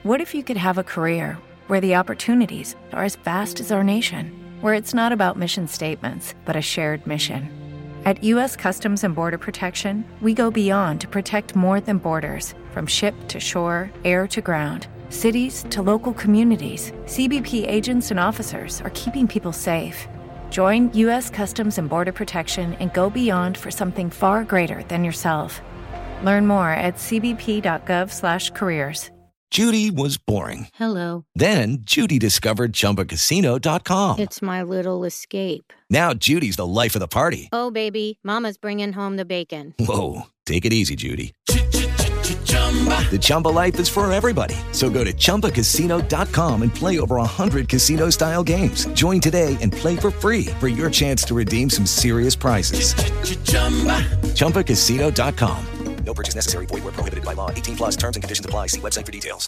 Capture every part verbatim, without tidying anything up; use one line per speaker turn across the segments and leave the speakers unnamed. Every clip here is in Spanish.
What if you could have a career where the opportunities are as vast as our nation, where it's not about mission statements, but a shared mission? At U S Customs and Border Protection, we go beyond to protect more than borders. From ship to shore, air to ground, cities to local communities, C B P agents and officers are keeping people safe. Join U S Customs and Border Protection and go beyond for something far greater than yourself. Learn more at c b p dot gov slash careers.
Judy was boring.
Hello.
Then Judy discovered Chumba Casino dot com.
It's my little escape.
Now Judy's the life of the party.
Oh, baby, mama's bringing home the bacon.
Whoa, take it easy, Judy. The Chumba life is for everybody. So go to chumba casino dot com and play over one hundred casino-style games. Join today and play for free for your chance to redeem some serious prizes. chumba casino dot com. No purchase necessary. Void where prohibited by law. eighteen plus terms and conditions apply. See website for details.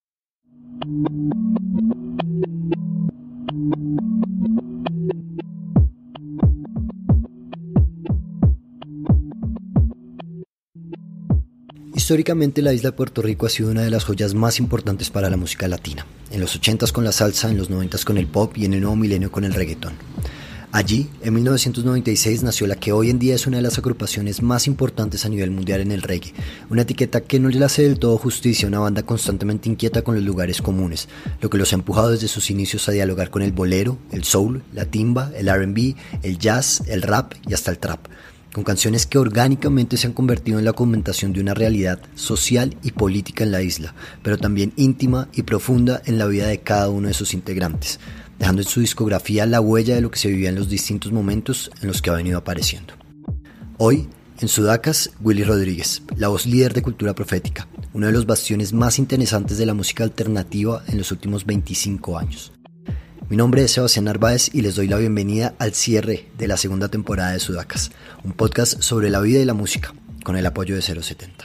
Históricamente, la isla de Puerto Rico ha sido una de las joyas más importantes para la música latina. En los ochentas con la salsa, en los noventas con el pop y en el nuevo milenio con el reggaetón. Allí, en mil novecientos noventa y seis, nació la que hoy en día es una de las agrupaciones más importantes a nivel mundial en el reggae, una etiqueta que no le hace del todo justicia a una banda constantemente inquieta con los lugares comunes, lo que los ha empujado desde sus inicios a dialogar con el bolero, el soul, la timba, el R and B, el jazz, el rap y hasta el trap, con canciones que orgánicamente se han convertido en la documentación de una realidad social y política en la isla, pero también íntima y profunda en la vida de cada uno de sus integrantes, dejando en su discografía la huella de lo que se vivía en los distintos momentos en los que ha venido apareciendo. Hoy, en Sudacas, Willy Rodríguez, la voz líder de Cultura Profética, uno de los bastiones más interesantes de la música alternativa en los últimos veinticinco años. Mi nombre es Sebastián Narváez y les doy la bienvenida al cierre de la segunda temporada de Sudacas, un podcast sobre la vida y la música, con el apoyo de cero setenta.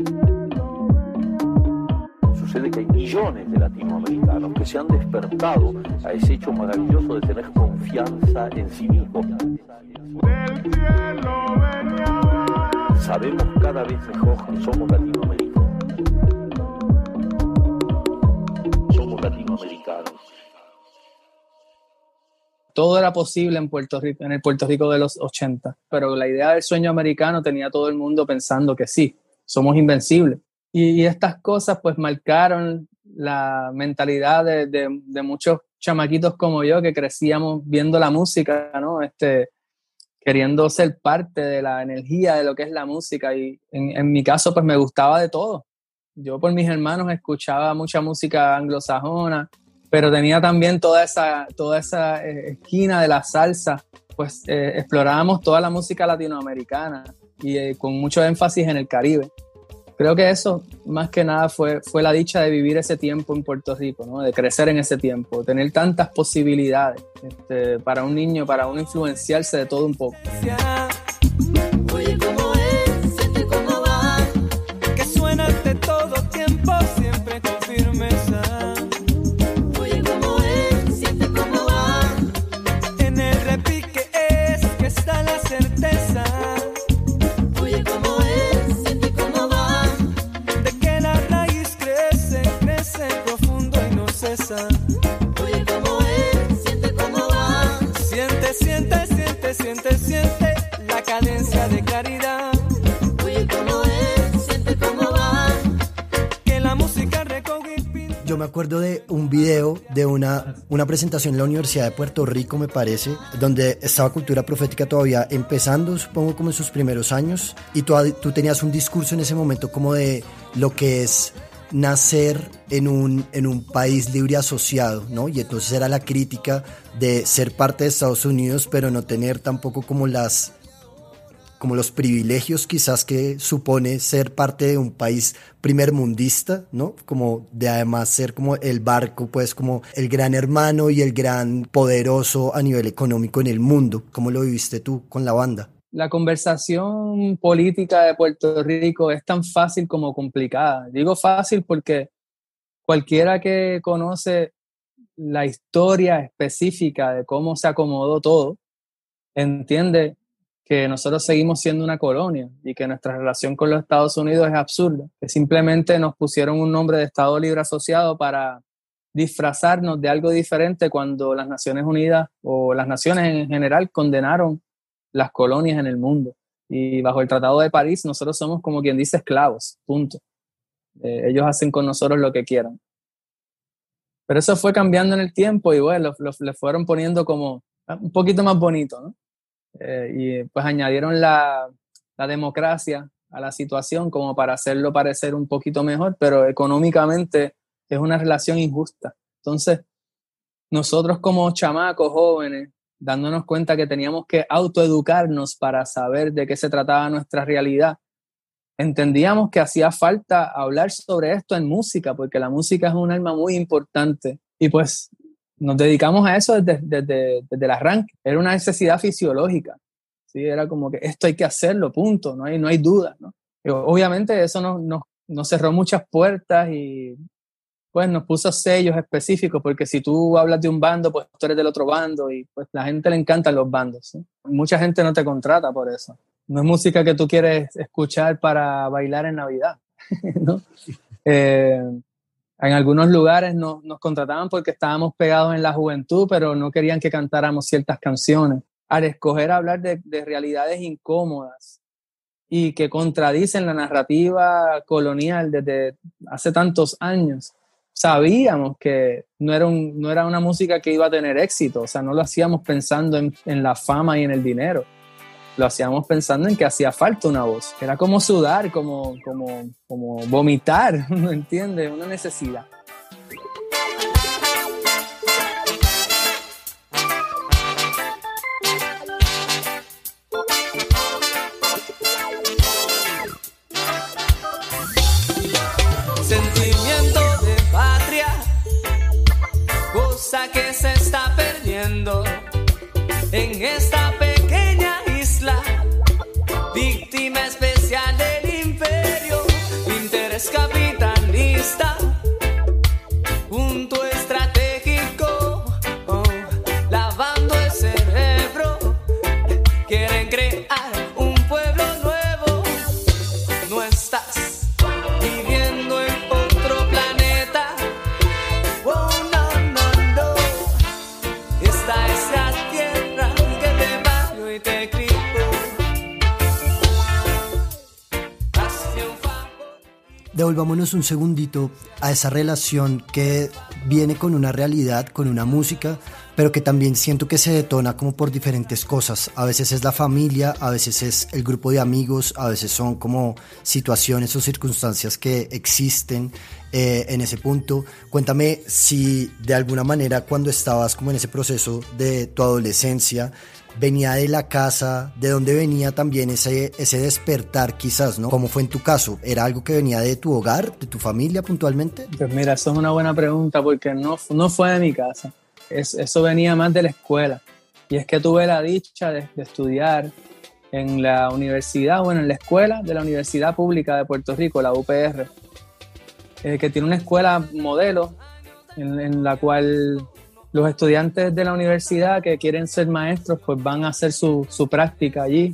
Sucede que hay millones de latinoamericanos que se han despertado a ese hecho maravilloso de tener confianza en sí mismos. Sabemos cada vez mejor que somos latinoamericanos. Somos latinoamericanos.
Todo era posible en Puerto Rico, en el Puerto Rico de los ochenta, pero la idea del sueño americano tenía todo el mundo pensando que sí, somos invencibles. Y, y estas cosas pues marcaron la mentalidad de, de, de muchos chamaquitos como yo que crecíamos viendo la música, ¿no? Este, queriendo ser parte de la energía de lo que es la música. Y en, en mi caso pues me gustaba de todo. Yo por mis hermanos escuchaba mucha música anglosajona, pero tenía también toda esa, toda esa eh, esquina de la salsa. Pues eh, explorábamos toda la música latinoamericana y eh, con mucho énfasis en el Caribe. Creo que eso, más que nada, fue, fue la dicha de vivir ese tiempo en Puerto Rico, ¿no? De crecer en ese tiempo, tener tantas posibilidades este, para un niño, para uno influenciarse de todo un poco.
Oye, ¿cómo es? Siente cómo va, que suena de todo tiempo, siempre con firmeza. Oye, ¿cómo es? Siente cómo va, en el repique es que está la certeza. Oye, ¿cómo es? Siente cómo va, de que la raíz crece, crece profundo y no cesa. Oye, ¿cómo es? Siente cómo va, siente, siente, siente, siente, siente la cadencia de claridad. Oye, ¿cómo es? Siente cómo va, que la música recoge y pinta.
Yo me acuerdo de un video de una, una presentación en la Universidad de Puerto Rico, me parece, donde estaba Cultura Profética todavía empezando, supongo como en sus primeros años, y tú, tú tenías un discurso en ese momento como de lo que es nacer en un, en un país libre asociado, ¿no? Y entonces era la crítica de ser parte de Estados Unidos, pero no tener tampoco como las... como los privilegios quizás que supone ser parte de un país primermundista, ¿no? Como de además ser como el barco, pues como el gran hermano y el gran poderoso a nivel económico en el mundo. ¿Cómo lo viviste tú con la banda?
La conversación política de Puerto Rico es tan fácil como complicada. Digo fácil porque cualquiera que conoce la historia específica de cómo se acomodó todo, entiende que nosotros seguimos siendo una colonia y que nuestra relación con los Estados Unidos es absurda, que simplemente nos pusieron un nombre de Estado Libre Asociado para disfrazarnos de algo diferente cuando las Naciones Unidas o las naciones en general condenaron las colonias en el mundo. Y bajo el Tratado de París nosotros somos, como quien dice, esclavos, punto. Eh, ellos hacen con nosotros lo que quieran. Pero eso fue cambiando en el tiempo y bueno, lo, lo, le fueron poniendo como un poquito más bonito, ¿no? Eh, y pues añadieron la, la democracia a la situación como para hacerlo parecer un poquito mejor, pero económicamente es una relación injusta. Entonces, nosotros como chamacos jóvenes, dándonos cuenta que teníamos que autoeducarnos para saber de qué se trataba nuestra realidad, entendíamos que hacía falta hablar sobre esto en música, porque la música es un arma muy importante. Y pues nos dedicamos a eso desde, desde, desde el arranque. Era una necesidad fisiológica, ¿sí? Era como que esto hay que hacerlo, punto, no hay, no hay duda, ¿no? Y obviamente eso nos, nos, nos cerró muchas puertas y pues nos puso sellos específicos, porque si tú hablas de un bando, pues tú eres del otro bando y pues la gente le encantan los bandos, ¿sí? Mucha gente no te contrata por eso. No es música que tú quieres escuchar para bailar en Navidad, ¿no? Eh, en algunos lugares nos, nos contrataban porque estábamos pegados en la juventud, pero no querían que cantáramos ciertas canciones. Al escoger hablar de, de realidades incómodas y que contradicen la narrativa colonial desde hace tantos años, sabíamos que no era, un, no era una música que iba a tener éxito. O sea, no lo hacíamos pensando en, en la fama y en el dinero. Lo hacíamos pensando en que hacía falta una voz. Era como sudar, como, como, como vomitar, ¿no entiendes? Una necesidad.
Sentimiento de patria, cosa que se está perdiendo en esta pequeña isla, víctima especial del imperio, interés capitalista, punto estratégico, oh, lavando el cerebro, quieren crear un pueblo nuevo, no estás viviendo en otro planeta, oh no, no, no, esta es la tierra que te baño y te crió.
Devolvámonos un segundito a esa relación que viene con una realidad, con una música, pero que también siento que se detona como por diferentes cosas. A veces es la familia, a veces es el grupo de amigos, a veces son como situaciones o circunstancias que existen eh, en ese punto. Cuéntame si de alguna manera cuando estabas como en ese proceso de tu adolescencia, venía de la casa, de dónde venía también ese, ese despertar quizás, ¿no? ¿Cómo fue en tu caso? ¿Era algo que venía de tu hogar, de tu familia puntualmente?
Pues mira, eso es una buena pregunta porque no, no fue de mi casa. Es, eso venía más de la escuela. Y es que tuve la dicha de, de estudiar en la universidad, bueno, en la escuela de la Universidad Pública de Puerto Rico, la U P R, eh, que tiene una escuela modelo en, en la cual los estudiantes de la universidad que quieren ser maestros pues van a hacer su, su práctica allí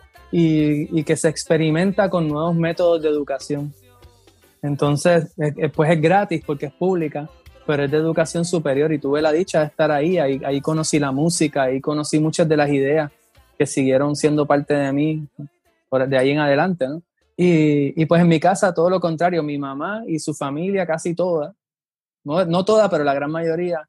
y, y que se experimenta con nuevos métodos de educación. Entonces, es, pues es gratis porque es pública, pero es de educación superior y tuve la dicha de estar ahí. Ahí, ahí conocí la música, ahí conocí muchas de las ideas que siguieron siendo parte de mí de ahí en adelante, ¿no? Y, y pues en mi casa todo lo contrario, mi mamá y su familia, casi toda, no, no toda, pero la gran mayoría,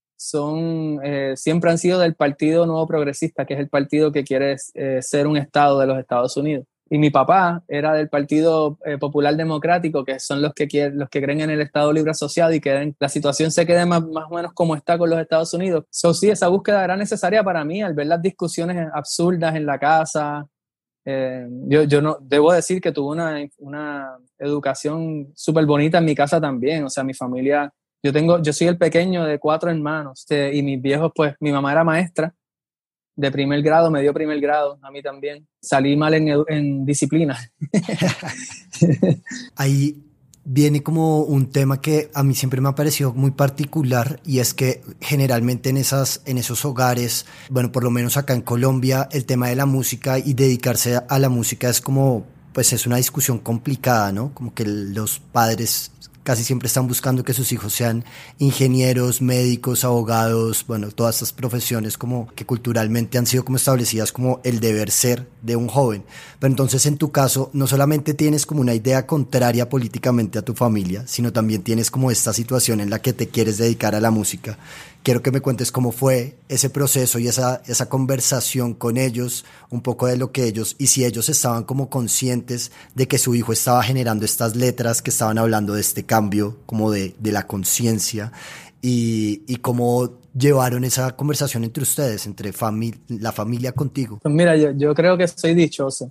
son, eh, siempre han sido del Partido Nuevo Progresista, que es el partido que quiere eh, ser un estado de los Estados Unidos. Y mi papá era del Partido eh, Popular Democrático, que son los que, quieren, los que creen en el Estado Libre Asociado y que la situación se quede más, más o menos como está con los Estados Unidos. So, sí, esa búsqueda era necesaria para mí, al ver las discusiones absurdas en la casa. Eh, yo, yo no, debo decir que tuve una, una educación súper bonita en mi casa también. O sea, mi familia... Yo, tengo, yo soy el pequeño de cuatro hermanos eh, y mis viejos, pues mi mamá era maestra de primer grado, me dio primer grado, a mí también. Salí mal en, en disciplina.
Ahí viene como un tema que a mí siempre me ha parecido muy particular, y es que generalmente en, esas, en esos hogares, bueno, por lo menos acá en Colombia, el tema de la música y dedicarse a la música es como, pues es una discusión complicada, ¿no? Como que los padres casi siempre están buscando que sus hijos sean ingenieros, médicos, abogados, bueno, todas estas profesiones como que culturalmente han sido como establecidas como el deber ser de un joven. Pero entonces en tu caso no solamente tienes como una idea contraria políticamente a tu familia, sino también tienes como esta situación en la que te quieres dedicar a la música. Quiero que me cuentes cómo fue ese proceso y esa, esa conversación con ellos, un poco de lo que ellos, y si ellos estaban como conscientes de que su hijo estaba generando estas letras que estaban hablando de este cambio, como de, de la conciencia, y, y cómo llevaron esa conversación entre ustedes, entre fami- la familia contigo.
Pues mira, yo, yo creo que soy dichoso,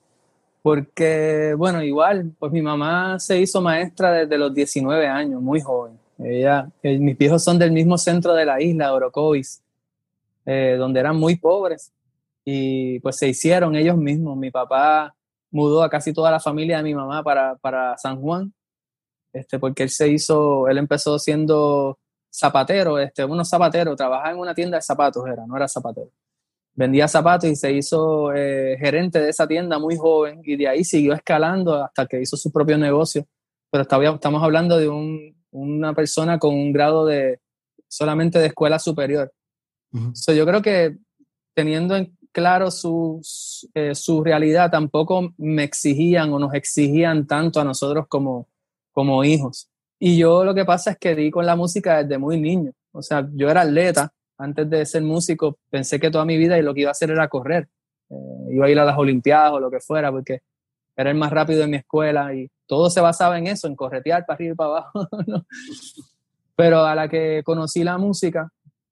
porque, bueno, igual, pues mi mamá se hizo maestra desde los diecinueve años, muy joven. Ella, eh, mis viejos son del mismo centro de la isla, Orocovis, eh, donde eran muy pobres, y pues se hicieron ellos mismos. Mi papá mudó a casi toda la familia de mi mamá para, para San Juan, este, porque él se hizo, él empezó siendo zapatero, este, unos zapateros, trabajaba en una tienda de zapatos, era, no era zapatero. Vendía zapatos y se hizo eh, gerente de esa tienda muy joven, y de ahí siguió escalando hasta que hizo su propio negocio. Pero estaba, estamos hablando de un, una persona con un grado de solamente de escuela superior. Uh-huh. So, yo creo que teniendo en claro su, eh, su realidad, tampoco me exigían o nos exigían tanto a nosotros como, como hijos. Y yo lo que pasa es que di con la música desde muy niño. O sea, yo era atleta. Antes de ser músico, pensé que toda mi vida y lo que iba a hacer era correr. Eh, iba a ir a las Olimpiadas o lo que fuera, porque era el más rápido en mi escuela y todo se basaba en eso, en corretear para arriba y para abajo, ¿no? Pero a la que conocí la música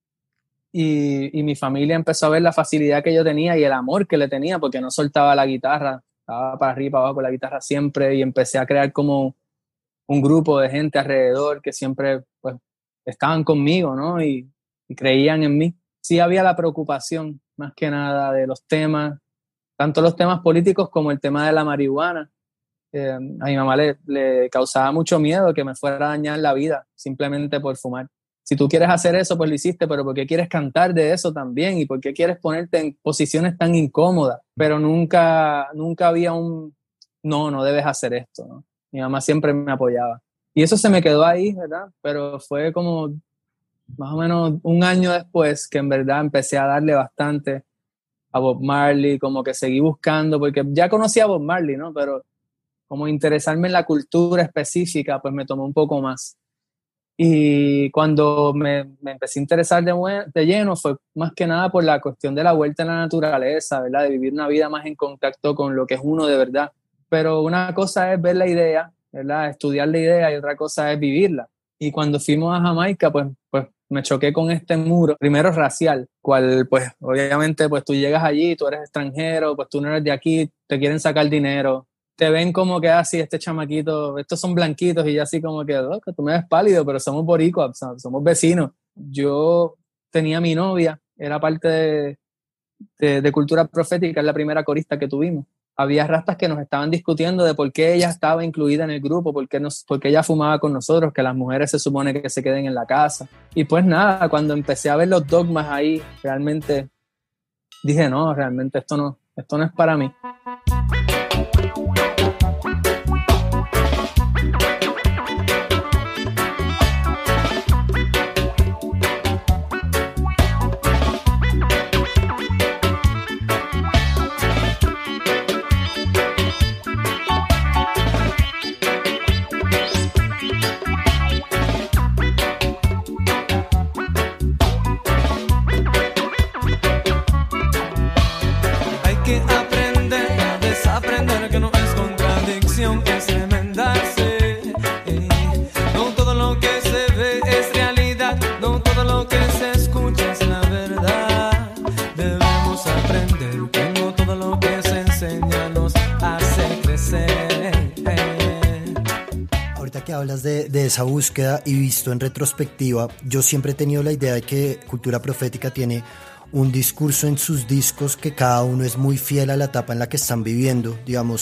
y, y mi familia empezó a ver la facilidad que yo tenía y el amor que le tenía, porque no soltaba la guitarra, estaba para arriba y para abajo con la guitarra siempre, y empecé a crear como un grupo de gente alrededor que siempre pues estaban conmigo, ¿no? Y y creían en mí. Sí había la preocupación, más que nada, de los temas, tanto los temas políticos como el tema de la marihuana. Eh, a mi mamá le, le causaba mucho miedo que me fuera a dañar la vida simplemente por fumar. Si tú quieres hacer eso, pues lo hiciste, pero ¿por qué quieres cantar de eso también? ¿Y por qué quieres ponerte en posiciones tan incómodas? Pero nunca, nunca había un, no, no debes hacer esto, ¿no? Mi mamá siempre me apoyaba. Y eso se me quedó ahí, ¿verdad? Pero fue como más o menos un año después que en verdad empecé a darle bastante a Bob Marley, como que seguí buscando, porque ya conocía a Bob Marley, ¿no? Pero como interesarme en la cultura específica, pues me tomó un poco más. Y cuando me, me empecé a interesar de, de lleno fue más que nada por la cuestión de la vuelta a la naturaleza, ¿verdad? De vivir una vida más en contacto con lo que es uno de verdad. Pero una cosa es ver la idea, ¿verdad? Estudiar la idea, y otra cosa es vivirla. Y cuando fuimos a Jamaica, pues, pues me choqué con este muro, primero racial, cual pues obviamente pues tú llegas allí, tú eres extranjero, pues tú no eres de aquí, te quieren sacar dinero, te ven como que así, este chamaquito, estos son blanquitos, y yo así como que, oh, que tú me ves pálido, pero somos boricuas, somos vecinos. Yo tenía mi novia, era parte de, de, de Cultura Profética, es la primera corista que tuvimos. Había rastas que nos estaban discutiendo de por qué ella estaba incluida en el grupo, por qué, nos, por qué ella fumaba con nosotros, que las mujeres se supone que se queden en la casa. Y pues nada, cuando empecé a ver los dogmas ahí, realmente dije, no, realmente esto no, esto no es para mí.
Hablas de, de esa búsqueda y visto en retrospectiva, yo siempre he tenido la idea de que Cultura Profética tiene un discurso en sus discos que cada uno es muy fiel a la etapa en la que están viviendo. Digamos,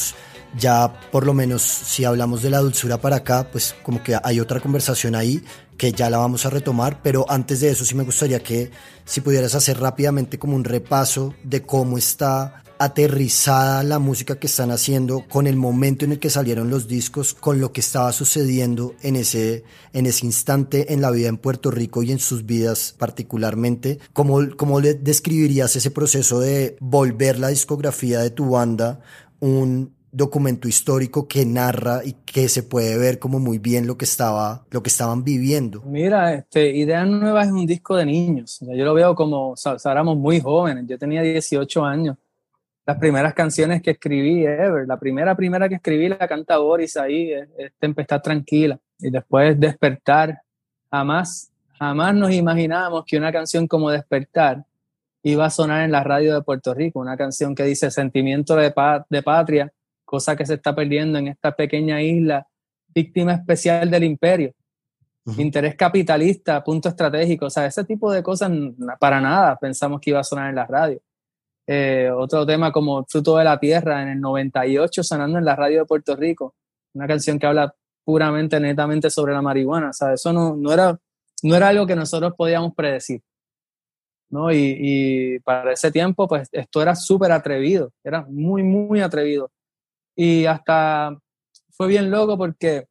ya por lo menos si hablamos de la dulzura para acá, pues como que hay otra conversación ahí que ya la vamos a retomar, pero antes de eso sí me gustaría que si pudieras hacer rápidamente como un repaso de cómo está aterrizada la música que están haciendo con el momento en el que salieron los discos, con lo que estaba sucediendo en ese, en ese instante en la vida en Puerto Rico y en sus vidas particularmente. ¿Cómo, cómo le describirías ese proceso de volver la discografía de tu banda un documento histórico que narra y que se puede ver como muy bien lo que estaba, lo que estaban viviendo?
Mira, este, Ideas Nuevas es un disco de niños. Yo lo veo como, o sea, éramos muy jóvenes. Yo tenía dieciocho años. Las primeras canciones que escribí ever, la primera primera que escribí la canta Boris ahí, es, es Tempestad Tranquila, y después Despertar. Jamás, jamás nos imaginábamos que una canción como Despertar iba a sonar en la radio de Puerto Rico, una canción que dice sentimiento de, pa- de patria, cosa que se está perdiendo en esta pequeña isla, víctima especial del imperio, uh-huh. Interés capitalista, punto estratégico, o sea, ese tipo de cosas para nada pensamos que iba a sonar en la radio. Eh, otro tema como Fruto de la Tierra en el noventa y ocho sonando en la radio de Puerto Rico, una canción que habla puramente, netamente sobre la marihuana, o sea, eso no, no, era, no era algo que nosotros podíamos predecir, ¿no? Y, y para ese tiempo pues esto era súper atrevido, era muy muy atrevido, y hasta fue bien loco porque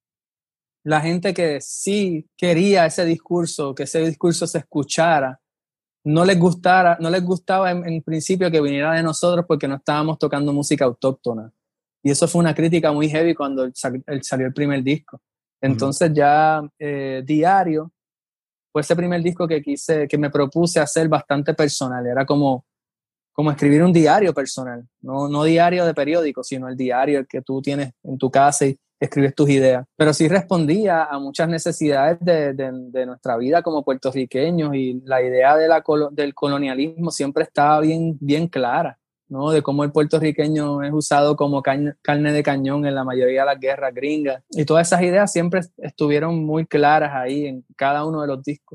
la gente que sí quería ese discurso, que ese discurso se escuchara, no les gustara, no les gustaba en, en principio que viniera de nosotros porque no estábamos tocando música autóctona. Y eso fue una crítica muy heavy cuando sal, el, salió el primer disco. Entonces uh-huh. ya eh, Diario fue ese primer disco que quise, que me propuse hacer bastante personal. Era como, como escribir un diario personal. No, no diario de periódico, sino el diario el que tú tienes en tu casa y escribes tus ideas. Pero sí respondía a muchas necesidades de, de, de nuestra vida como puertorriqueños, y la idea de la, del colonialismo siempre estaba bien, bien clara, ¿no? De cómo el puertorriqueño es usado como carne, carne de cañón en la mayoría de las guerras gringas. Y todas esas ideas siempre estuvieron muy claras ahí en cada uno de los discos.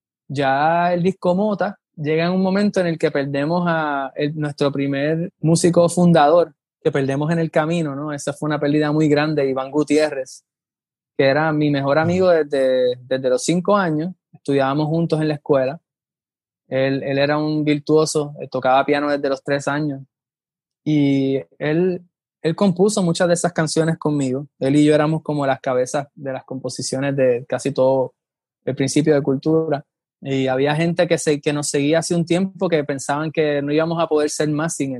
Ya el disco Mota llega en un momento en el que perdemos a el, nuestro primer músico fundador, que perdemos en el camino, ¿no? Esa fue una pérdida muy grande, Iván Gutiérrez, que era mi mejor amigo desde, desde los cinco años, estudiábamos juntos en la escuela, él, él era un virtuoso, tocaba piano desde los tres años, y él, él compuso muchas de esas canciones conmigo, él y yo éramos como las cabezas de las composiciones de casi todo el principio de Cultura, y había gente que, se, que nos seguía hace un tiempo que pensaban que no íbamos a poder ser más sin él.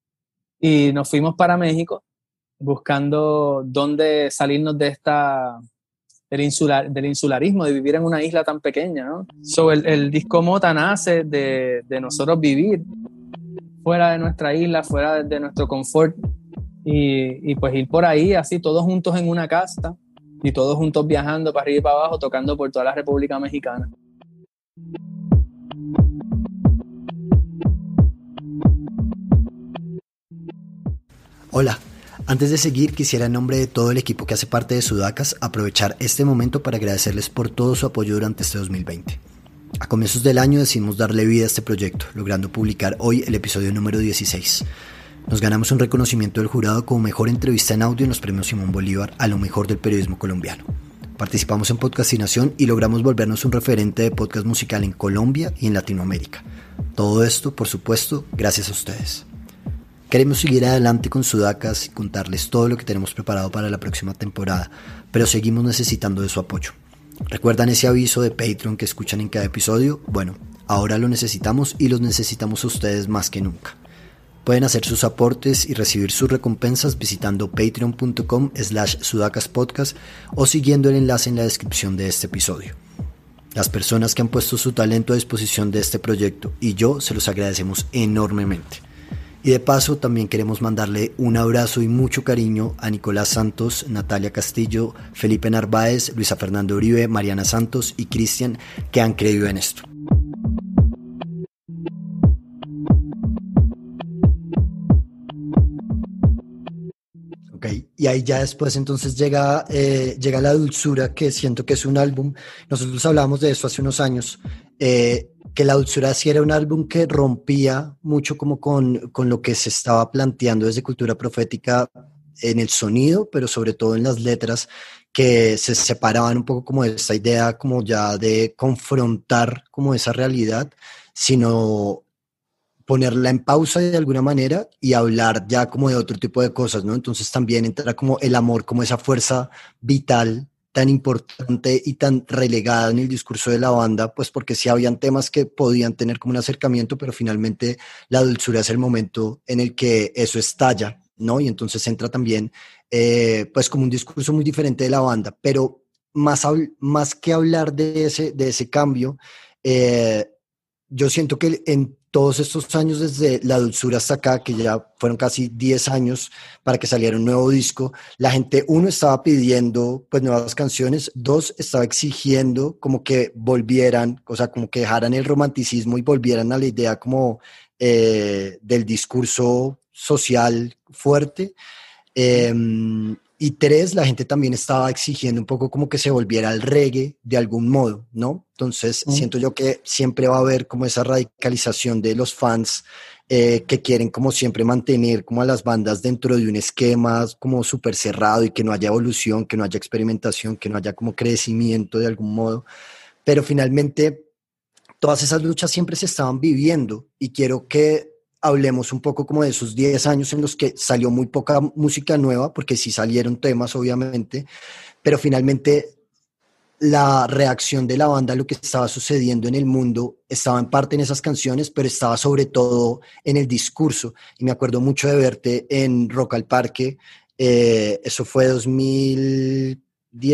Y nos fuimos para México buscando dónde salirnos de esta, del, insular, del insularismo, de vivir en una isla tan pequeña, ¿no? So, el, el disco Mota nace de, de nosotros vivir fuera de nuestra isla, fuera de, de nuestro confort, y, y pues ir por ahí así todos juntos en una casa y todos juntos viajando para arriba y para abajo, tocando por toda la República Mexicana.
Hola, antes de seguir quisiera en nombre de todo el equipo que hace parte de Sudacas aprovechar este momento para agradecerles por todo su apoyo durante este dos mil veinte. A comienzos del año decidimos darle vida a este proyecto, logrando publicar hoy el episodio número dieciséis. Nos ganamos un reconocimiento del jurado como mejor entrevista en audio en los premios Simón Bolívar a lo mejor del periodismo colombiano. Participamos en Podcastinación y logramos volvernos un referente de podcast musical en Colombia y en Latinoamérica. Todo esto, por supuesto, gracias a ustedes. Queremos seguir adelante con Sudacas y contarles todo lo que tenemos preparado para la próxima temporada, pero seguimos necesitando de su apoyo. ¿Recuerdan ese aviso de Patreon que escuchan en cada episodio? Bueno, ahora lo necesitamos y los necesitamos a ustedes más que nunca. Pueden hacer sus aportes y recibir sus recompensas visitando patreon.com slash sudacaspodcast o siguiendo el enlace en la descripción de este episodio. Las personas que han puesto su talento a disposición de este proyecto y yo se los agradecemos enormemente. Y de paso también queremos mandarle un abrazo y mucho cariño a Nicolás Santos, Natalia Castillo, Felipe Narváez, Luisa Fernanda Uribe, Mariana Santos y Cristian, que han creído en esto. Ok, y ahí ya después entonces llega, eh, llega La Dulzura, que siento que es un álbum, nosotros hablábamos de eso hace unos años, eh, que La Dulzura sí era un álbum que rompía mucho como con, con lo que se estaba planteando desde Cultura Profética en el sonido, pero sobre todo en las letras, que se separaban un poco como de esta idea como ya de confrontar como esa realidad, sino ponerla en pausa de alguna manera y hablar ya como de otro tipo de cosas, ¿no? Entonces también entra como el amor, como esa fuerza vital tan importante y tan relegada en el discurso de la banda, pues porque sí habían temas que podían tener como un acercamiento, pero finalmente la dulzura es el momento en el que eso estalla, ¿no? Y entonces entra también eh, pues como un discurso muy diferente de la banda, pero más, más que hablar de ese, de ese cambio, eh, yo siento que en todos estos años, desde La Dulzura hasta acá, que ya fueron casi diez años para que saliera un nuevo disco, la gente, uno, estaba pidiendo pues nuevas canciones, dos, estaba exigiendo como que volvieran, o sea, como que dejaran el romanticismo y volvieran a la idea como eh, del discurso social fuerte. Eh, y tres, la gente también estaba exigiendo un poco como que se volviera al reggae de algún modo, ¿no? Entonces mm. siento yo que siempre va a haber como esa radicalización de los fans eh, que quieren como siempre mantener como a las bandas dentro de un esquema como súper cerrado y que no haya evolución, que no haya experimentación, que no haya como crecimiento de algún modo. Pero finalmente todas esas luchas siempre se estaban viviendo y quiero que hablemos un poco como de esos diez años en los que salió muy poca música nueva, porque sí salieron temas obviamente, pero finalmente la reacción de la banda a lo que estaba sucediendo en el mundo estaba en parte en esas canciones, pero estaba sobre todo en el discurso. Y me acuerdo mucho de verte en Rock al Parque, eh, eso fue dos mil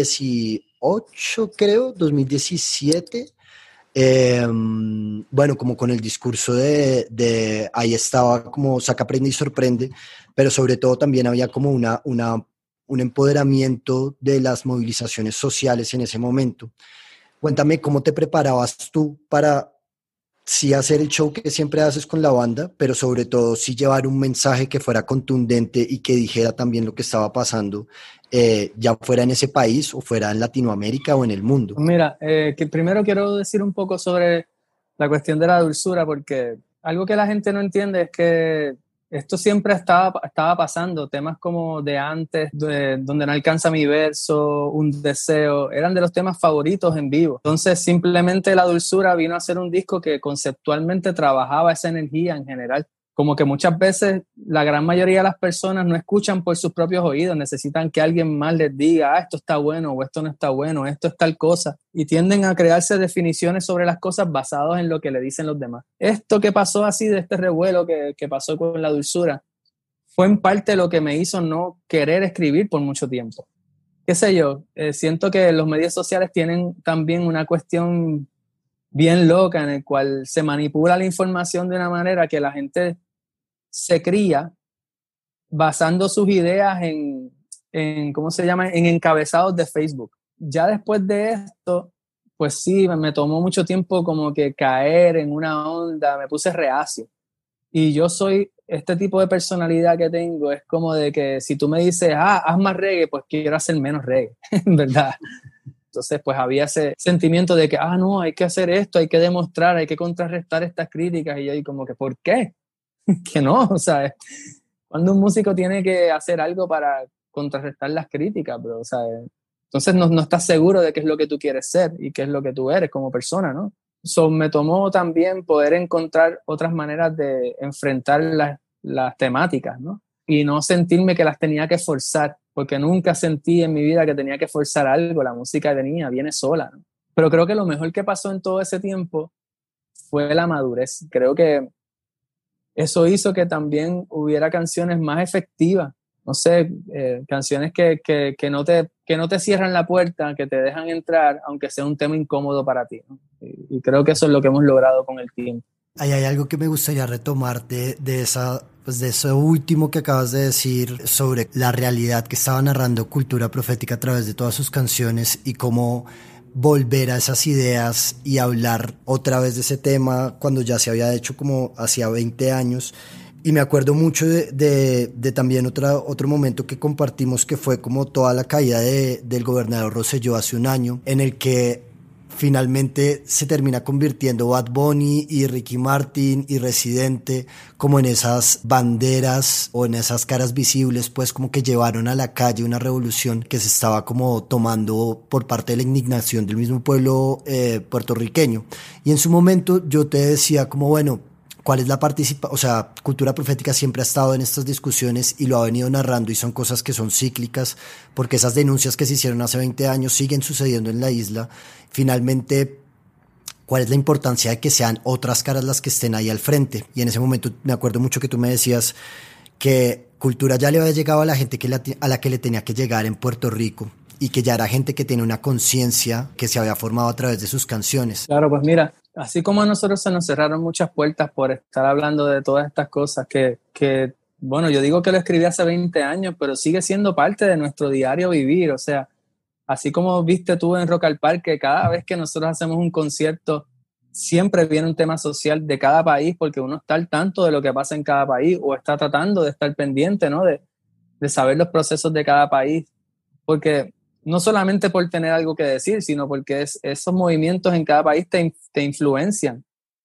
dieciocho creo, dos mil diecisiete. Eh, bueno, como con el discurso de, de ahí estaba como saca, prende y sorprende, pero sobre todo también había como una, una, un empoderamiento de las movilizaciones sociales en ese momento. Cuéntame cómo te preparabas tú para sí hacer el show que siempre haces con la banda, pero sobre todo sí llevar un mensaje que fuera contundente y que dijera también lo que estaba pasando, eh, ya fuera en ese país o fuera en Latinoamérica o en el mundo.
Mira, eh, que primero quiero decir un poco sobre la cuestión de la dulzura, porque algo que la gente no entiende es que esto siempre estaba, estaba pasando. Temas como de antes, de Donde no alcanza mi verso, Un deseo, eran de los temas favoritos en vivo. Entonces simplemente La Dulzura vino a ser un disco que conceptualmente trabajaba esa energía en general. Como que muchas veces la gran mayoría de las personas no escuchan por sus propios oídos, necesitan que alguien más les diga, ah, esto está bueno o esto no está bueno, esto es tal cosa, y tienden a crearse definiciones sobre las cosas basadas en lo que le dicen los demás. Esto que pasó así, de este revuelo que, que pasó con La Dulzura, fue en parte lo que me hizo no querer escribir por mucho tiempo. Qué sé yo, eh, siento que los medios sociales tienen también una cuestión bien loca en el cual se manipula la información de una manera que la gente se cría basando sus ideas en, en, ¿cómo se llama? En encabezados de Facebook. Ya después de esto, pues sí, me tomó mucho tiempo como que caer en una onda, me puse reacio. Y yo soy, este tipo de personalidad que tengo, es como de que si tú me dices, ah, haz más reggae, pues quiero hacer menos reggae, ¿verdad? Entonces, pues había ese sentimiento de que, ah, no, hay que hacer esto, hay que demostrar, hay que contrarrestar estas críticas. Y yo ahí como que, ¿por qué? Que no, o sea, cuando un músico tiene que hacer algo para contrarrestar las críticas, bro, o sea, entonces no, no estás seguro de qué es lo que tú quieres ser y qué es lo que tú eres como persona, ¿no? So, me tomó también poder encontrar otras maneras de enfrentar las, las temáticas, ¿no? Y no sentirme que las tenía que forzar, porque nunca sentí en mi vida que tenía que forzar algo, la música venía, viene sola, ¿no? Pero creo que lo mejor que pasó en todo ese tiempo fue la madurez. Creo que eso hizo que también hubiera canciones más efectivas, no sé, eh, canciones que, que, que, no te, que no te cierran la puerta, que te dejan entrar, aunque sea un tema incómodo para ti, ¿no? Y, y creo que eso es lo que hemos logrado con el tiempo.
Ahí hay algo que me gustaría retomar de, de, esa, pues de eso último que acabas de decir sobre la realidad que estaba narrando Cultura Profética a través de todas sus canciones y cómo volver a esas ideas y hablar otra vez de ese tema cuando ya se había hecho como hacía veinte años. Y me acuerdo mucho de, de, de también otra, otro momento que compartimos, que fue como toda la caída de, del gobernador Rosselló hace un año, en el que finalmente se termina convirtiendo Bad Bunny y Ricky Martin y Residente como en esas banderas o en esas caras visibles, pues como que llevaron a la calle una revolución que se estaba como tomando por parte de la indignación del mismo pueblo eh, puertorriqueño. Y en su momento yo te decía como, bueno, ¿cuál es la participación? O sea, Cultura Profética siempre ha estado en estas discusiones y lo ha venido narrando, y son cosas que son cíclicas, porque esas denuncias que se hicieron hace veinte años siguen sucediendo en la isla. Finalmente, ¿cuál es la importancia de que sean otras caras las que estén ahí al frente? Y en ese momento me acuerdo mucho que tú me decías que Cultura ya le había llegado a la gente que la, a la que le tenía que llegar en Puerto Rico, y que ya era gente que tiene una conciencia que se había formado a través de sus canciones.
Claro, pues mira, así como a nosotros se nos cerraron muchas puertas por estar hablando de todas estas cosas que, que, bueno, yo digo que lo escribí hace veinte años, pero sigue siendo parte de nuestro diario vivir. O sea, así como viste tú en Rock al Parque, cada vez que nosotros hacemos un concierto, siempre viene un tema social de cada país, porque uno está al tanto de lo que pasa en cada país, o está tratando de estar pendiente, ¿no? De, de saber los procesos de cada país, porque no solamente por tener algo que decir, sino porque es, esos movimientos en cada país te, te influencian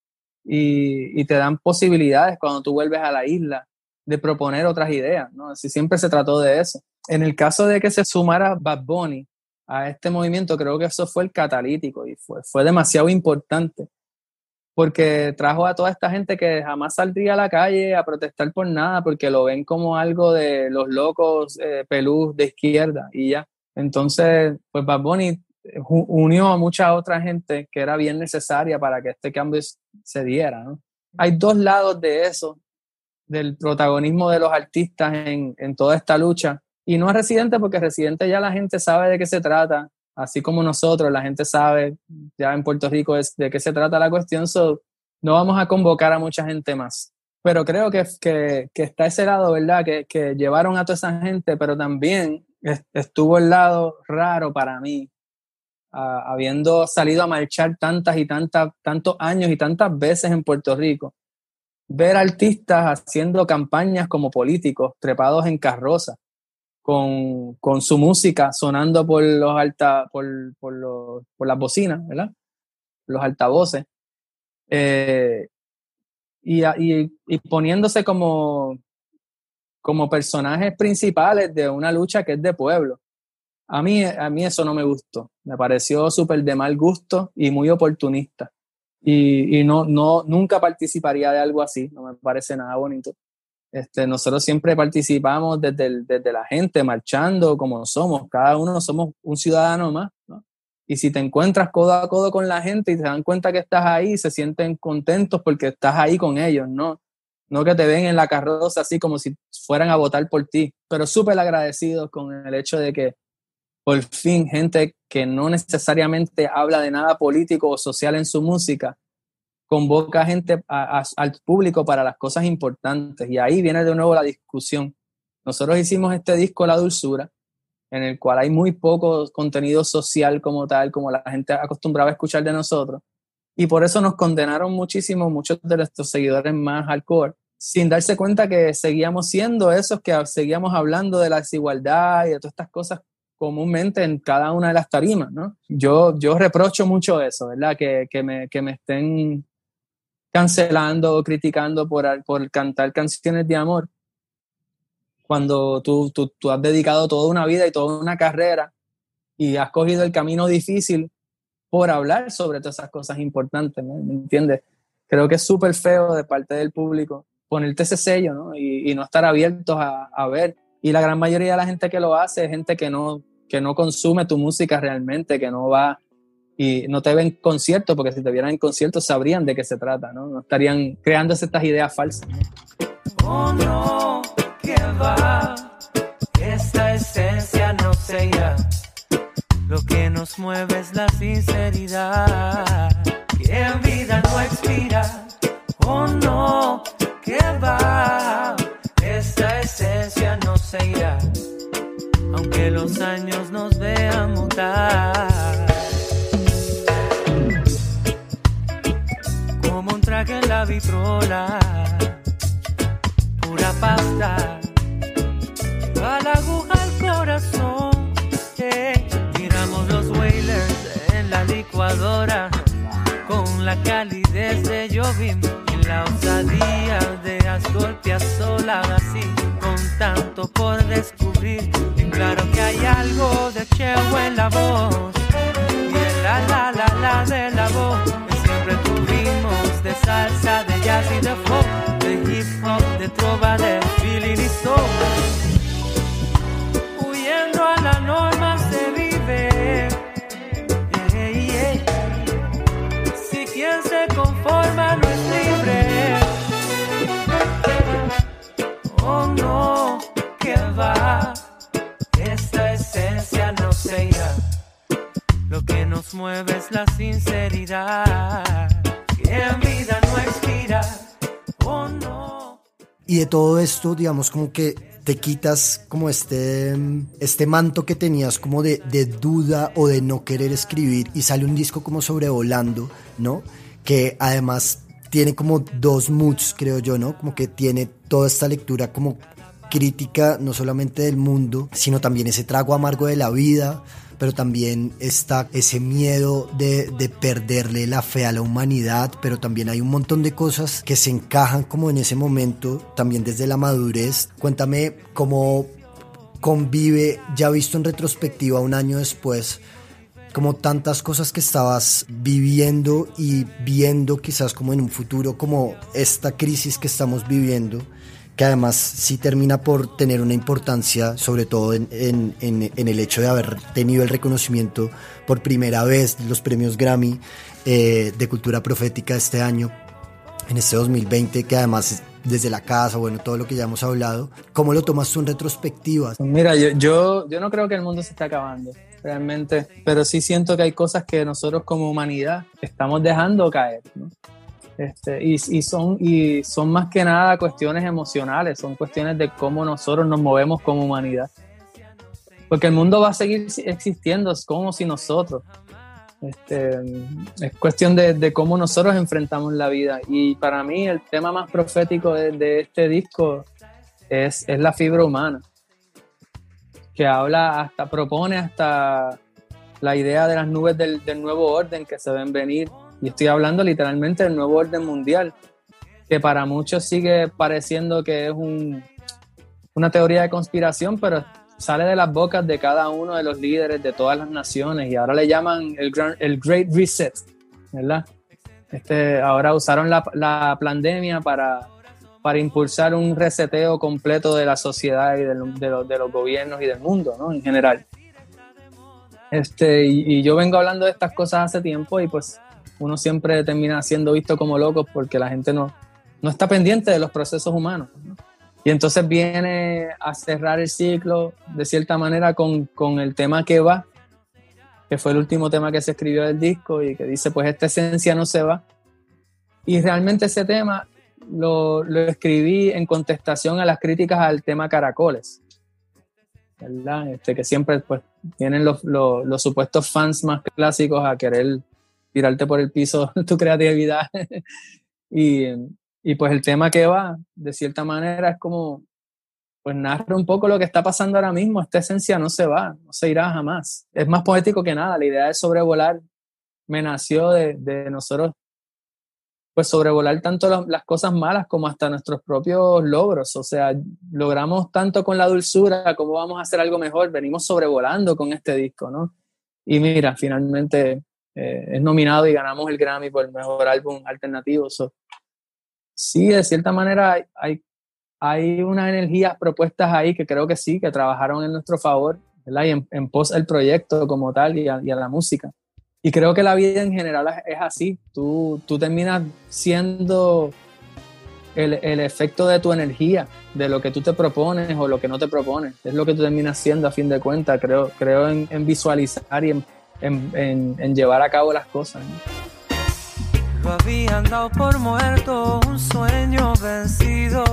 y, y te dan posibilidades cuando tú vuelves a la isla de proponer otras ideas, ¿no? Así siempre se trató de eso. En el caso de que se sumara Bad Bunny a este movimiento, creo que eso fue el catalítico y fue, fue demasiado importante, porque trajo a toda esta gente que jamás saldría a la calle a protestar por nada, porque lo ven como algo de los locos eh, pelús de izquierda y ya. Entonces, pues Bad Bunny unió a mucha otra gente que era bien necesaria para que este cambio se diera, ¿no? Hay dos lados de eso, del protagonismo de los artistas en, en toda esta lucha. Y no es Residente, porque Residente ya la gente sabe de qué se trata, así como nosotros, la gente sabe ya en Puerto Rico es de qué se trata la cuestión, so no vamos a convocar a mucha gente más. Pero creo que, que, que está ese lado, ¿verdad? Que, que llevaron a toda esa gente, pero también estuvo el lado raro para mí, uh, habiendo salido a marchar tantas y tantas, tantos años y tantas veces en Puerto Rico, ver artistas haciendo campañas como políticos, trepados en carroza, con, con su música sonando por los alta, por, por, los, por las bocinas, ¿verdad? Los altavoces, eh, y, y, y poniéndose como como personajes principales de una lucha que es de pueblo. A mí, a mí eso no me gustó. Me pareció súper de mal gusto y muy oportunista. Y, y no, no, nunca participaría de algo así. No me parece nada bonito. Este, nosotros siempre participamos desde, el, desde la gente, marchando como somos. Cada uno somos un ciudadano más, ¿no? Y si te encuentras codo a codo con la gente y te dan cuenta que estás ahí, se sienten contentos porque estás ahí con ellos, ¿no? No que te ven en la carroza así como si fueran a votar por ti, pero súper agradecidos con el hecho de que por fin gente que no necesariamente habla de nada político o social en su música, convoca gente a, a, al público para las cosas importantes. Y ahí viene de nuevo la discusión. Nosotros hicimos este disco La Dulzura, en el cual hay muy poco contenido social como tal, como la gente acostumbraba a escuchar de nosotros. Y por eso nos condenaron muchísimo muchos de nuestros seguidores más hardcore, sin darse cuenta que seguíamos siendo esos que seguíamos hablando de la desigualdad y de todas estas cosas comúnmente en cada una de las tarimas, ¿no? Yo, yo reprocho mucho eso, ¿verdad? Que, que, me, que me estén cancelando o criticando por, por cantar canciones de amor, cuando tú, tú, tú has dedicado toda una vida y toda una carrera y has cogido el camino difícil por hablar sobre todas esas cosas importantes, ¿no? ¿Me entiendes? Creo que es súper feo de parte del público ponerte ese sello, ¿no? Y, y no estar abiertos a, a ver. Y la gran mayoría de la gente que lo hace es gente que no, que no consume tu música realmente, que no va y no te ven en conciertos, porque si te vieran en conciertos sabrían de qué se trata, ¿no? No estarían creándose estas ideas falsas.
Oh no, que va, esta esencia no se irá. Lo que nos mueve es la sinceridad, que en vida no expira. Oh no, que va, esta esencia no se irá, aunque los años nos vean mutar. Como un traje en la vitrola, pura pasta, va la aguja al corazón. Hey, tiramos los Wailers en la la licuadora, con la calidez de Jobim y la osadía de Astor Piazzolla, así con tanto por descubrir. Y claro que hay algo de Cheo en la voz y el la la la la de la voz que siempre tuvimos, de salsa, de jazz y de folk, de hip hop, de trova, de feeling y soul. Huyendo a la norma se vive. Yeah, yeah. Si quien se conforma no es libre. Oh no, que va. Esta esencia no se irá. Lo que nos mueve es la sinceridad, que en vida no expira. Oh no.
Y de todo esto, digamos, como que te quitas como este, este manto que tenías como de, de duda o de no querer escribir, y sale un disco como sobrevolando, ¿no? Que además tiene como dos moods, creo yo, ¿no? Como que tiene toda esta lectura como crítica, no solamente del mundo, sino también ese trago amargo de la vida, pero también está ese miedo de, de perderle la fe a la humanidad, pero también hay un montón de cosas que se encajan como en ese momento, también desde la madurez. Cuéntame cómo convive, ya visto en retrospectiva un año después, como tantas cosas que estabas viviendo y viendo quizás como en un futuro, como esta crisis que estamos viviendo, que además sí termina por tener una importancia, sobre todo en, en, en, en el hecho de haber tenido el reconocimiento por primera vez de los premios Grammy eh, de Cultura Profética este año, en este dos mil veinte, que además desde la casa, bueno, todo lo que ya hemos hablado. ¿Cómo lo tomas tú en retrospectiva?
Mira, yo, yo, yo no creo que el mundo se está acabando, realmente, pero sí siento que hay cosas que nosotros como humanidad estamos dejando caer, ¿no? Este, y, y, son, y son más que nada cuestiones emocionales, son cuestiones de cómo nosotros nos movemos como humanidad. Porque el mundo va a seguir existiendo, es como si nosotros. Este, es cuestión de, de cómo nosotros enfrentamos la vida. Y para mí el tema más profético de, de este disco es, es la fibra humana, que habla hasta, propone hasta la idea de las nubes del, del nuevo orden que se ven venir. Y estoy hablando literalmente del nuevo orden mundial, que para muchos sigue pareciendo que es un, una teoría de conspiración, pero sale de las bocas de cada uno de los líderes de todas las naciones, y ahora le llaman el, gran, el Great Reset, ¿verdad? Este, ahora usaron la, la pandemia para, para impulsar un reseteo completo de la sociedad y de, de, los, de los gobiernos y del mundo, ¿no? En general. Este, y, y yo vengo hablando de estas cosas hace tiempo, y pues uno siempre termina siendo visto como locos porque la gente no, no está pendiente de los procesos humanos, ¿no? Y entonces viene a cerrar el ciclo de cierta manera con, con el tema que va, que fue el último tema que se escribió del disco, y que dice, pues esta esencia no se va. Y realmente ese tema lo, lo escribí en contestación a las críticas al tema Caracoles, ¿verdad? Este, que siempre pues tienen los, los, los supuestos fans más clásicos a querer tirarte por el piso tu creatividad. y, y pues el tema que va, de cierta manera, es como, pues narra un poco lo que está pasando ahora mismo. Esta esencia no se va, no se irá jamás. Es más poético que nada. La idea de sobrevolar me nació de, de nosotros, pues sobrevolar tanto las, las cosas malas como hasta nuestros propios logros. O sea, logramos tanto con la dulzura, ¿cómo vamos a hacer algo mejor? Venimos sobrevolando con este disco, ¿no? Y mira, finalmente Eh, es nominado y ganamos el Grammy por el mejor álbum alternativo. So, sí, de cierta manera hay, hay unas energías propuestas ahí que creo que sí, que trabajaron en nuestro favor, ¿verdad? Y en, en pos al proyecto como tal y a, y a la música. Y creo que la vida en general es, es así. Tú, tú terminas siendo el, el efecto de tu energía, de lo que tú te propones o lo que no te propones. Es lo que tú terminas siendo a fin de cuentas. Creo, creo en, en visualizar y en En, en, en llevar a cabo las cosas, ¿no?
Lo habían dado por muerto, un sueño vencido.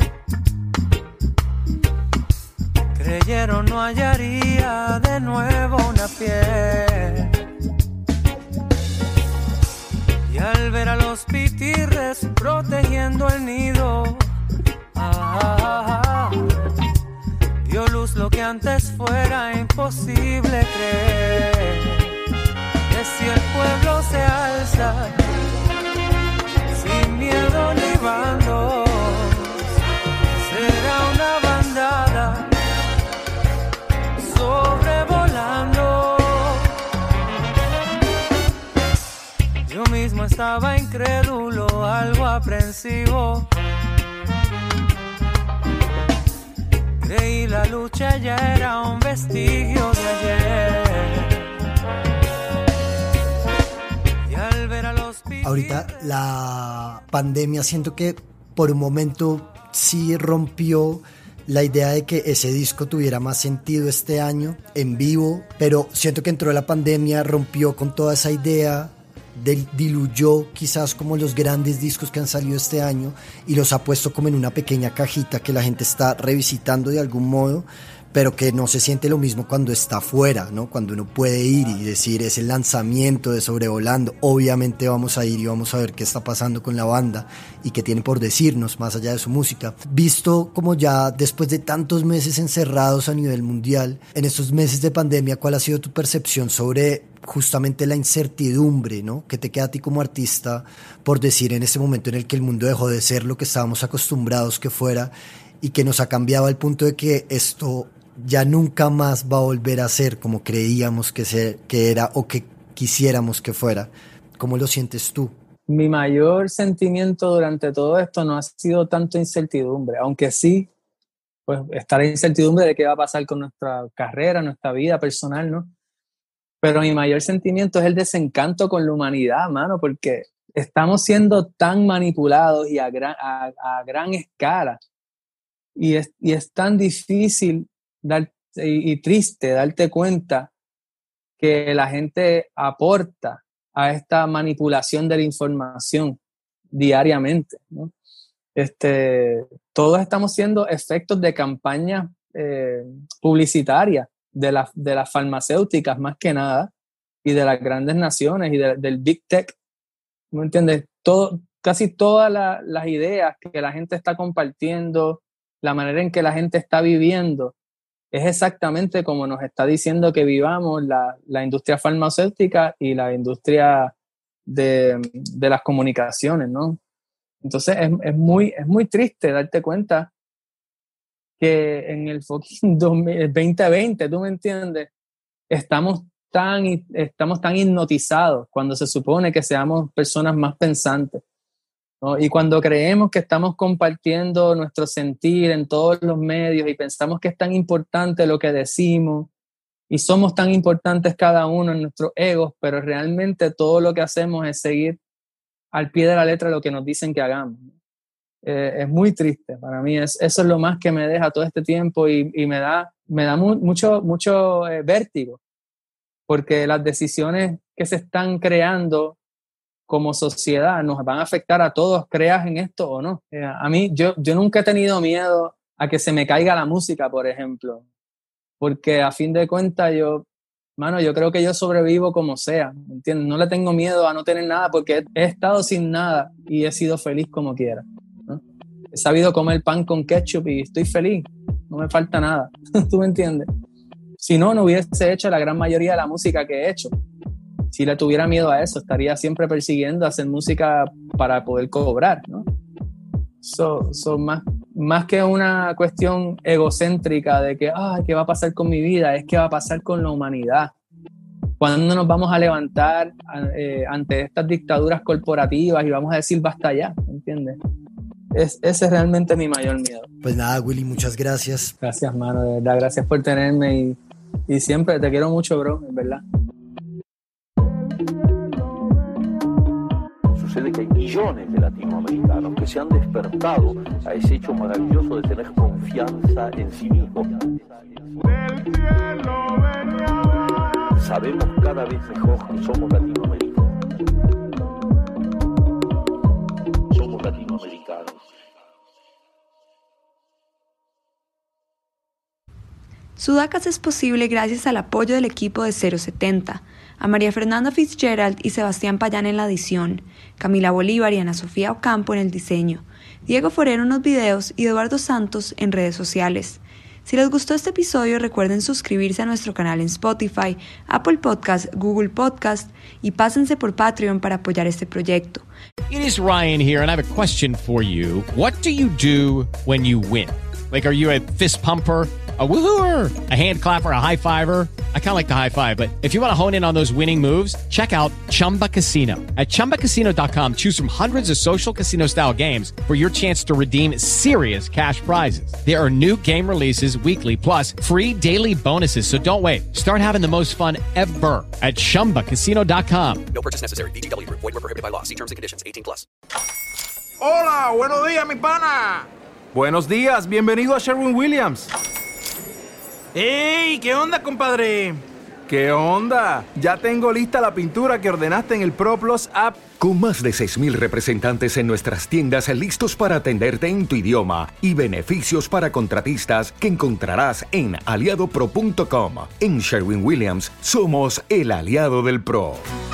Creyeron no hallaría de nuevo una piel. Y al ver a los pitirres protegiendo el nido, ah, dio luz lo que antes fuera imposible creer. que si el pueblo se alza, sin miedo ni bandos, será una bandada sobrevolando. Yo mismo estaba incrédulo, algo aprensivo. Creí la lucha ya era un vestigio de ayer. Y al ver a los pibes...
Ahorita la pandemia siento que por un momento sí rompió la idea de que ese disco tuviera más sentido este año en vivo, pero siento que entró la pandemia, rompió con toda esa idea, del, diluyó quizás como los grandes discos que han salido este año y los ha puesto como en una pequeña cajita que la gente está revisitando de algún modo, pero que no se siente lo mismo cuando está fuera, ¿no? Cuando uno puede ir y decir es el lanzamiento de Sobrevolando, obviamente vamos a ir y vamos a ver qué está pasando con la banda y qué tiene por decirnos más allá de su música. Visto como ya después de tantos meses encerrados a nivel mundial, en estos meses de pandemia, ¿cuál ha sido tu percepción sobre justamente la incertidumbre, ¿no?, que te queda a ti como artista por decir en ese momento en el que el mundo dejó de ser lo que estábamos acostumbrados que fuera y que nos ha cambiado al punto de que esto ya nunca más va a volver a ser como creíamos que, ser, que era o que quisiéramos que fuera? ¿Cómo lo sientes tú?
Mi mayor sentimiento durante todo esto no ha sido tanto incertidumbre, aunque sí, pues está la incertidumbre de qué va a pasar con nuestra carrera, nuestra vida personal, ¿no? Pero mi mayor sentimiento es el desencanto con la humanidad, mano, porque estamos siendo tan manipulados y a gran, a, a gran escala. Y es, y es tan difícil dar, y, y triste darte cuenta que la gente aporta a esta manipulación de la información diariamente, ¿no? Este, todos estamos siendo efectos de campañas eh, publicitarias de, la, de las farmacéuticas más que nada y de las grandes naciones y de, del Big Tech. ¿Me entiendes? Todo, casi todas la, las ideas que la gente está compartiendo, la manera en que la gente está viviendo, es exactamente como nos está diciendo que vivamos la, la industria farmacéutica y la industria de, de las comunicaciones, ¿no? Entonces es, es, muy, es muy triste darte cuenta que en el fucking veinte veinte, ¿tú me entiendes? Estamos tan, estamos tan hipnotizados cuando se supone que seamos personas más pensantes, ¿no? Y cuando creemos que estamos compartiendo nuestro sentir en todos los medios y pensamos que es tan importante lo que decimos y somos tan importantes cada uno en nuestros egos, pero realmente todo lo que hacemos es seguir al pie de la letra lo que nos dicen que hagamos. Eh, es muy triste para mí, es, eso es lo más que me deja todo este tiempo y, y me da, me da mu- mucho, mucho eh, vértigo, porque las decisiones que se están creando como sociedad nos van a afectar a todos, creas en esto o no. Eh, a mí, yo, yo nunca he tenido miedo a que se me caiga la música, por ejemplo, porque a fin de cuentas yo, mano, yo creo que yo sobrevivo como sea, ¿me entiendes? No le tengo miedo a no tener nada porque he, he estado sin nada y he sido feliz como quiera, ¿no? He sabido comer pan con ketchup y estoy feliz, no me falta nada. ¿Tú me entiendes? Si no, no hubiese hecho la gran mayoría de la música que he hecho. Si le tuviera miedo a eso, estaría siempre persiguiendo hacer música para poder cobrar, ¿no? So, so más, más que una cuestión egocéntrica de que, ah, ¿qué va a pasar con mi vida? Es qué va a pasar con la humanidad. ¿Cuándo nos vamos a levantar eh, ante estas dictaduras corporativas y vamos a decir basta ya? ¿Entiendes? Es, ese es realmente mi mayor miedo.
Pues nada, Willy, muchas gracias.
Gracias, mano, de verdad, gracias por tenerme y, y siempre te quiero mucho, bro, en verdad.
Sucede que hay millones de latinoamericanos que se han despertado a ese hecho maravilloso de tener confianza en sí mismos. Sabemos cada vez mejor que somos latinoamericanos. Somos latinoamericanos.
Sudacas es posible gracias al apoyo del equipo de cero setenta, a María Fernanda Fitzgerald y Sebastián Payán en la edición, Camila Bolívar y Ana Sofía Ocampo en el diseño, Diego Forero en los videos y Eduardo Santos en redes sociales. Si les gustó este episodio, recuerden suscribirse a nuestro canal en Spotify, Apple Podcast, Google Podcast y pásense por Patreon para apoyar este proyecto.
It is Ryan here, and I have a question for you. What do you do when you win? Like, are you a fist pumper, a woo-hooer, a hand clapper, a high-fiver? I kind of like the high-five, but if you want to hone in on those winning moves, check out Chumba Casino. At Chumba Casino dot com, choose from hundreds of social casino-style games for your chance to redeem serious cash prizes. There are new game releases weekly, plus free daily bonuses, so don't wait. Start having the most fun ever at Chumba Casino dot com.
No purchase necessary. V G W. Void where prohibited by law. See terms and conditions. eighteen plus.
Hola, buenos días, mi pana.
Buenos días, bienvenido a Sherwin-Williams.
¡Ey! ¿Qué onda, compadre?
¿Qué onda? Ya tengo lista la pintura que ordenaste en el ProPlus app.
Con más de seis mil representantes en nuestras tiendas listos para atenderte en tu idioma y beneficios para contratistas que encontrarás en aliado pro punto com. En Sherwin-Williams somos el aliado del pro.